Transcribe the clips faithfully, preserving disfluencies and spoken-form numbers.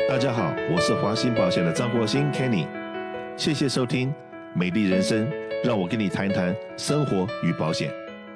大家好，我是华兴保险的张国兴 Kenny， 谢谢收听美丽人生，让我跟你谈一谈生活与保险。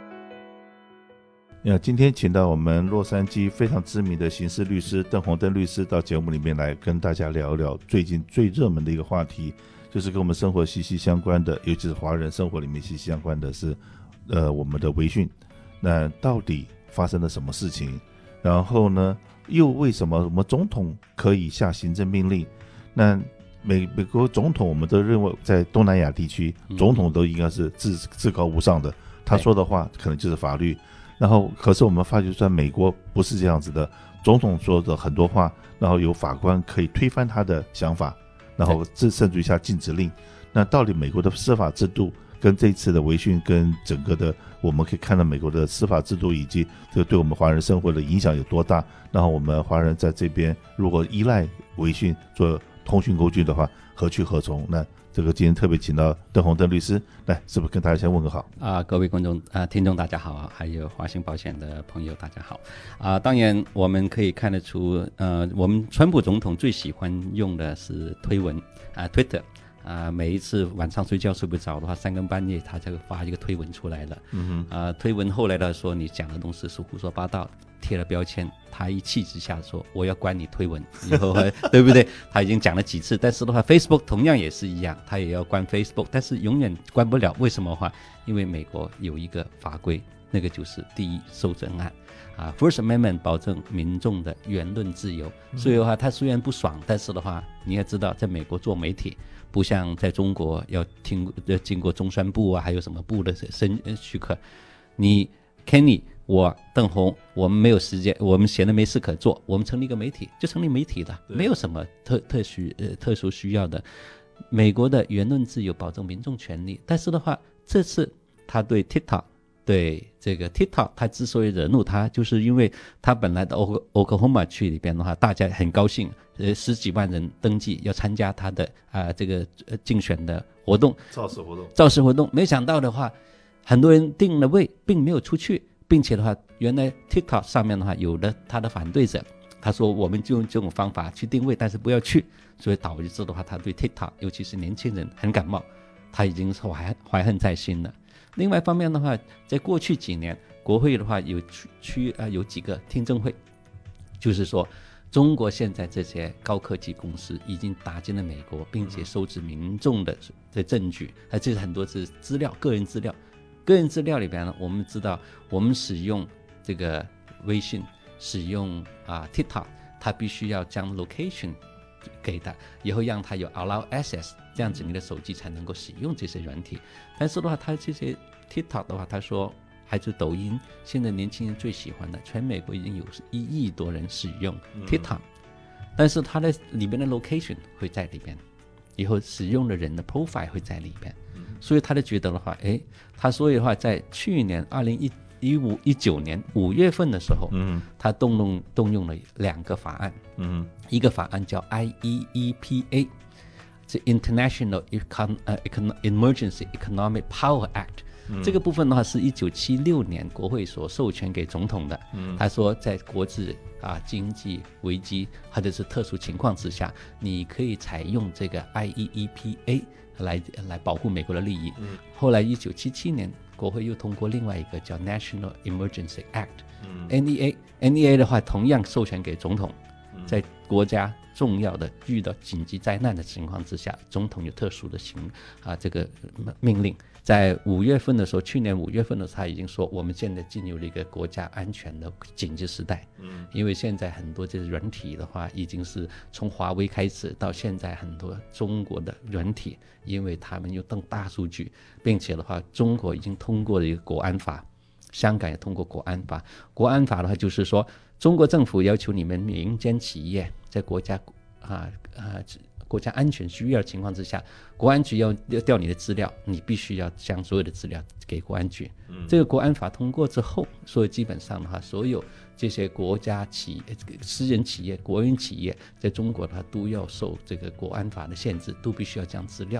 今天请到我们洛杉矶非常知名的刑事律师邓宏登律师到节目里面来跟大家聊一聊最近最热门的一个话题，就是跟我们生活息息相关的，尤其是华人生活里面息息相关的是呃我们的微讯。那到底发生了什么事情？然后呢，又为什么我们总统可以下行政命令？那美美国总统我们都认为在东南亚地区，总统都应该是至至高无上的，他说的话可能就是法律。然后可是我们发觉在美国不是这样子的，总统说的很多话，然后有法官可以推翻他的想法，然后甚至于下禁止令。那到底美国的司法制度跟这次的微讯跟整个的我们可以看到美国的司法制度以及这个对我们华人生活的影响有多大，然后我们华人在这边如果依赖微讯做通讯工具的话何去何从？那这个今天特别请到邓宏登律师来，是不是跟大家先问个好啊？各位观众啊、呃，听众大家好啊，还有华兴保险的朋友大家好啊。当然我们可以看得出，呃，我们川普总统最喜欢用的是推文啊 ，Twitter 啊，每一次晚上睡觉睡不着的话，三更半夜他就发一个推文出来了。嗯哼，啊，推文后来的说你讲的东西是胡说八道，贴了标签，他一气之下说我要关你推文，以后对不对？他已经讲了几次，但是的话 Facebook 同样也是一样，他也要关 Facebook， 但是永远关不了。为什么的话？因为美国有一个法规，那个就是第一修正案啊 First Amendment 保证民众的言论自由。所以的话他虽然不爽，但是的话你也知道在美国做媒体不像在中国要听要经过中宣部啊还有什么部的许可。你 Kenny我邓宏，我们没有时间，我们闲得没事可做，我们成立一个媒体就成立媒体了，没有什么特特殊呃特殊需要的。美国的言论自由保证民众权利，但是的话，这次他对 TikTok 对这个 TikTok 他之所以惹怒他，就是因为他本来的 Oklahoma 区里边的话，大家很高兴，呃十几万人登记要参加他的啊、呃、这个呃竞选的活动， 造势活动， 造势活动，没想到的话，很多人定了位，并没有出去。并且的话，原来 TikTok 上面的话有了他的反对者，他说我们就用这种方法去定位，但是不要去，所以导致的话，他对 TikTok 尤其是年轻人很感冒，他已经是怀怀恨在心了。另外一方面的话，在过去几年，国会的话有区呃有几个听证会，就是说中国现在这些高科技公司已经打进了美国，并且收集民众的的证据，而这是很多是资料，个人资料。个人资料里边呢，我们知道我们使用这个微信，使用啊 TikTok， 它必须要将 location 给他，以后让他有 allow access， 这样子你的手机才能够使用这些软体。但是的话，他这些 TikTok 的话，他说还是抖音，现在年轻人最喜欢的，全美国已经有一亿多人使用 TikTok，、嗯、但是它的里边的 location 会在里边，以后使用的人的 profile 会在里边。所以他就觉得的话，哎，他所以的话，在去年二零一五一九年五月份的时候，嗯，他动用动用了两个法案，嗯，一个法案叫 I E E P A， 这 International Econ 呃 Emergency Economic Power Act，嗯，这个部分的话是一九七六年国会所授权给总统的，嗯，他说在国际啊经济危机或者是特殊情况之下，你可以采用这个 I E E P A。来来保护美国的利益。嗯、后来一九七七年，国会又通过另外一个叫 National Emergency Act，嗯、N E A，N E A 的话同样授权给总统，在国家重要的遇到紧急灾难的情况之下，总统有特殊的行啊这个命令。在五月份的时候，去年五月份的时候，他已经说我们现在进入了一个国家安全的紧急时代。嗯，因为现在很多这些软体的话，已经是从华为开始到现在很多中国的软体，因为他们有更大数据，并且的话，中国已经通过了一个国安法，香港也通过国安法。国安法的话，就是说中国政府要求你们民间企业在国家啊啊。国家安全需要的情况之下，国安局要调你的资料，你必须要将所有的资料给国安局。嗯、这个国安法通过之后，所以基本上的话，所有这些国家企业、私人企业、国营企业在中国的话，都要受这个国安法的限制，都必须要将资料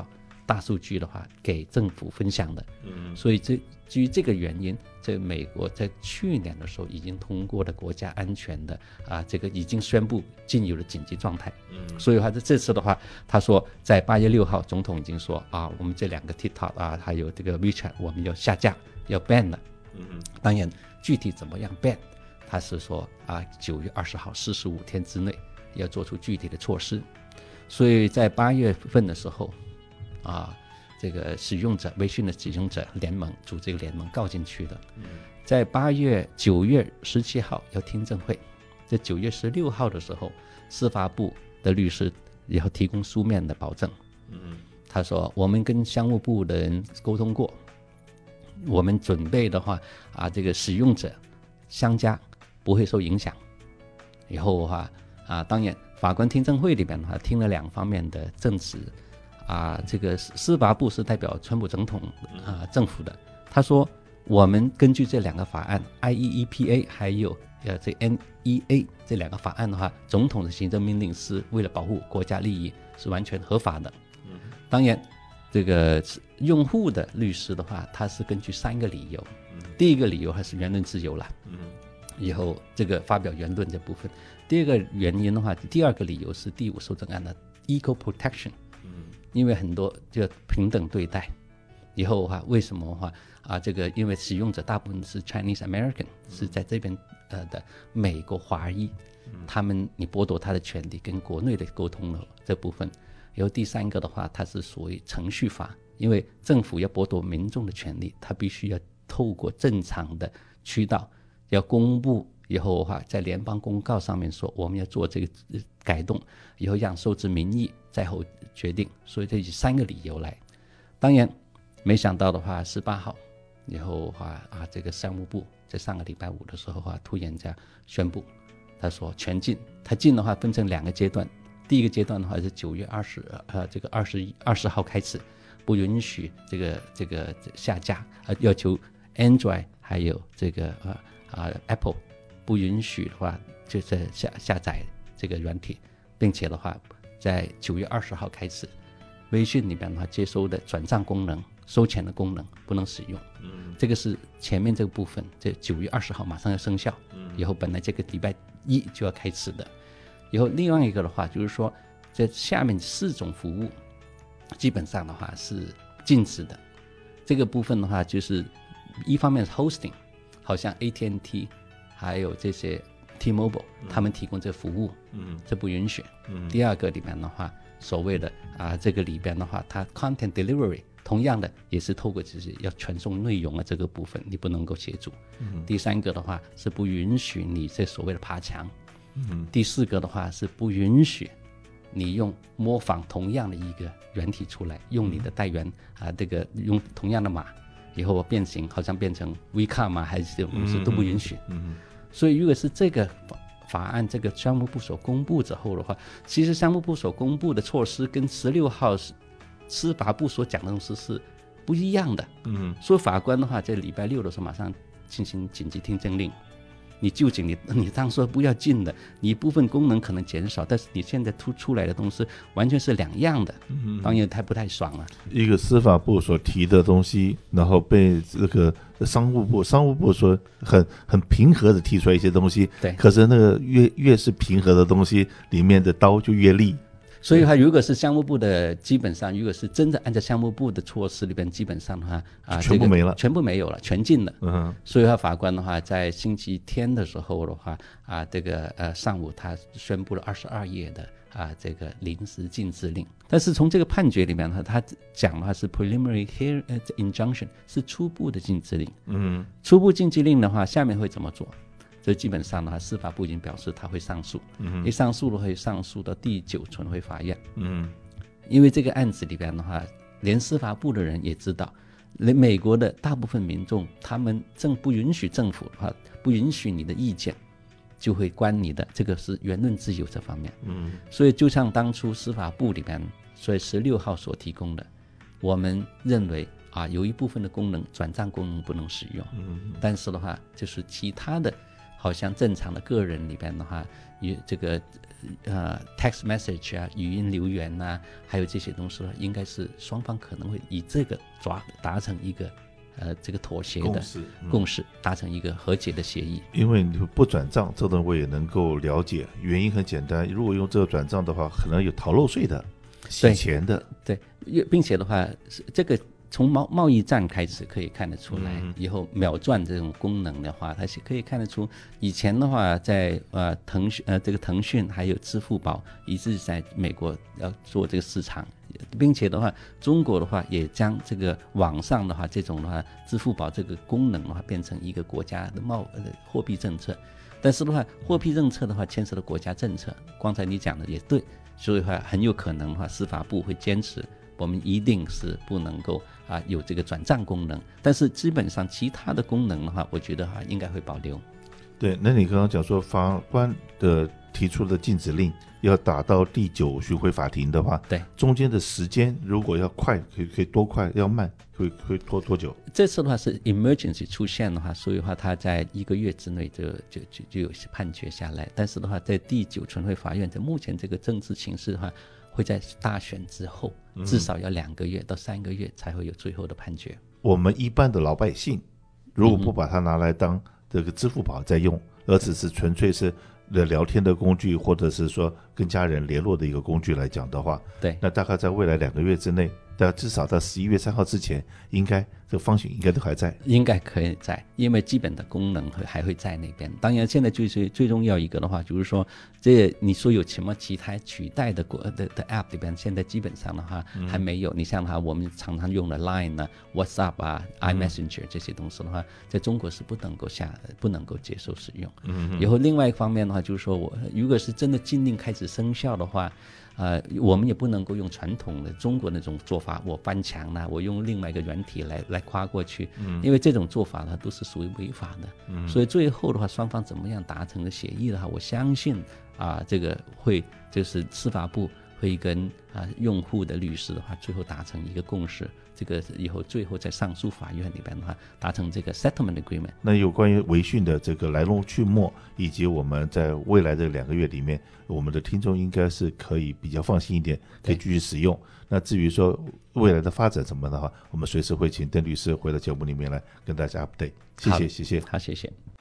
大数据的话给政府分享的。 嗯， 所以这基于这个原因，在美国在去年的时候已经通过了国家安全的啊，这个已经宣布进入了紧急状态。 嗯， 所以他这次的话，他说在八月六号，总统已经说啊，我们这两个 TikTok 啊，还有这个 WeChat 我们要下架，要 ban 了。 嗯， 当然具体怎么样 ban， 他是说啊，九月二十号四十五天之内要做出具体的措施。所以在八月份的时候啊，这个使用者微信的使用者联盟组这个联盟告进去的。在八月九月十七号要听证会，在九月十六号的时候，司法部的律师也要提供书面的保证。 嗯， 他说我们跟商务部的人沟通过，我们准备的话啊，这个使用者商家不会受影响。以后的话啊，当然法官听证会里边的话听了两方面的证词啊，这个司法部是代表川普总统啊政府的，他说我们根据这两个法案 I E E P A 还有呃这 N E A 这两个法案的话，总统的行政命令是为了保护国家利益，是完全合法的。当然这个用户的律师的话，他是根据三个理由。第一个理由还是言论自由啦，以后这个发表言论这部分。第二个原因的话，第二个理由是第五修正案的 equal protection， 因为很多就平等对待。以后的话，为什么的话啊？这个因为使用者大部分是 Chinese American， 是在这边呃的美国华裔，他们你剥夺他的权利跟国内的沟通的这部分。然后第三个的话，它是属于程序法，因为政府要剥夺民众的权利，它必须要透过正常的渠道，要公布以后的话，在联邦公告上面说我们要做这个改动，以后让受之民意再后决定。所以这是三个理由来。当然没想到的话，十八号以后的话啊，这个商务部在上个礼拜五的时候啊，突然这样宣布，他说全禁。他禁的话分成两个阶段，第一个阶段的话是九月二十呃这个二十一二十号开始，不允许这个这个下架，呃要求 Android 还有这个呃啊 Apple 不允许的话就是下下载这个软体，并且的话在九月二十号开始，微信里边的话接收的转账功能、收钱的功能不能使用。嗯，这个是前面这个部分，这九月二十号马上要生效。嗯，以后本来这个礼拜一就要开始的。以后另外一个的话就是说，这下面四种服务基本上的话是禁止的。这个部分的话就是一方面是 hosting， 好像 A T and T 还有这些 T-Mobile 他们提供这服务，嗯，这不允许。嗯，第二个里面的话，所谓的啊这个里边的话，它 content delivery 同样的也是透过就是要传送内容啊这个部分你不能够协助。嗯，第三个的话是不允许你这所谓的爬墙。嗯，第四个的话是不允许你用模仿同样的一个软体出来，用你的代源啊，这个用同样的码，以后变形，好像变成 WeChat 码还是这种东西都不允许。嗯，所以如果是这个法案这个商务部所公布之后的话，其实商务部所公布的措施跟十六号司法部所讲的东西是不一样的。嗯，所以法官的话在礼拜六的时候马上进行紧急听证令。你究竟你你当说不要禁的，你一部分功能可能减少，但是你现在突出来的东西完全是两样的，嗯，当然太不太爽了。 一个司法部所提的东西，然后被这个商务部商务部说很很平和的提出来一些东西， 对， 可是那个越越是平和的东西，里面的刀就越利。 所以它如果是商务部的，基本上如果是真的按照商务部的措施里边，基本上的话啊， 全部没了， 这个、全部没有了，全禁了。 嗯， 所以他法官的话，在星期天的时候的话啊，这个呃上午他宣布了二十二页的啊这个临时禁制令。但是从这个判决里面呢，他讲的话是 preliminary hearing injunction， 是初步的禁制令。嗯，初步禁制令的话，下面会怎么做？所以基本上的话，司法部已经表示他会上诉，嗯，一上诉的话会上诉到第九巡回法院。嗯，因为这个案子里边的话，连司法部的人也知道，连美国的大部分民众，他们正不允许政府的话，不允许你的意见，就会关你的，这个是言论自由这方面。嗯，所以就像当初司法部里边，所以十六号所提供的，我们认为啊，有一部分的功能转账功能不能使用，嗯，但是的话，就是其他的。好像正常的个人里边的话， 与这个呃 text message 啊、语音留言啊，还有这些东西，应该是双方可能会以这个抓达成一个呃这个妥协的共识，嗯、 共识，达成一个和解的协议。 因为你不转账，这种我也能够了解，原因很简单，如果用这个转账的话，可能有逃漏税的、洗钱的， 对，对，并且的话，这个。从贸贸易战开始可以看得出来， 嗯、 以后秒赚这种功能的话，它是可以看得出，以前的话在呃腾讯呃这个腾讯还有支付宝一直在美国要做这个市场，并且的话，中国的话也将这个网上的话这种的话支付宝这个功能的话变成一个国家的贸呃货币政策，但是的话货币政策的话牵涉到国家政策，刚才你讲的也对，所以的话很有可能的话司法部会坚持。我们一定是不能够啊有这个转账功能，但是基本上其他的功能的话，我觉得哈应该会保留。 对，那你刚刚讲说法官的提出的禁止令要打到第九巡回法庭的话， 对， 中间的时间如果要快，可以可以多快；要慢，会会拖多久？ 这次的话是 emergency 出现的话，所以的话他在一个月之内就就就就有判决下来。但是的话，在第九巡回法院，在目前这个政治形势的话，会在大选之后至少要两个月到三个月才会有最后的判决。 我们一般的老百姓如果不把它拿来当这个支付宝在用，而只是纯粹是聊天的工具，或者是说跟家人联络的一个工具来讲的话， 对， 那大概在未来两个月之内，但至少到十一月三号之前，应该这个方形应该都还在， 应该可以在，因为基本的功能会还会在那边。当然，现在最最最重要一个的话，就是说，这你说有什么其他取代的国的的 App 里边，现在基本上的话还没有。嗯、你像的话，我们常常用的 Line 啊、WhatsApp 啊、iMessenger 这些东西的话，在中国是不能够下不能够接受使用。嗯。然后另外一方面的话，就是说我如果是真的禁令开始生效的话。呃，我们也不能够用传统的中国那种做法，我翻墙啦、啊，我用另外一个软体来来跨过去，嗯，因为这种做法呢都是属于违法的，嗯，所以最后的话，双方怎么样达成的协议的话，我相信啊，这个会就是司法部会跟啊用户的律师的话，最后达成一个共识。这个以后最后在上诉法院里边的话，达成这个 settlement agreement。 那有关于微讯的这个来龙去脉，以及我们在未来的两个月里面，我们的听众应该是可以比较放心一点，可以继续使用。那至于说未来的发展什么的话，我们随时会请邓律师回到节目里面来跟大家 update。谢谢，谢谢， 好，谢谢。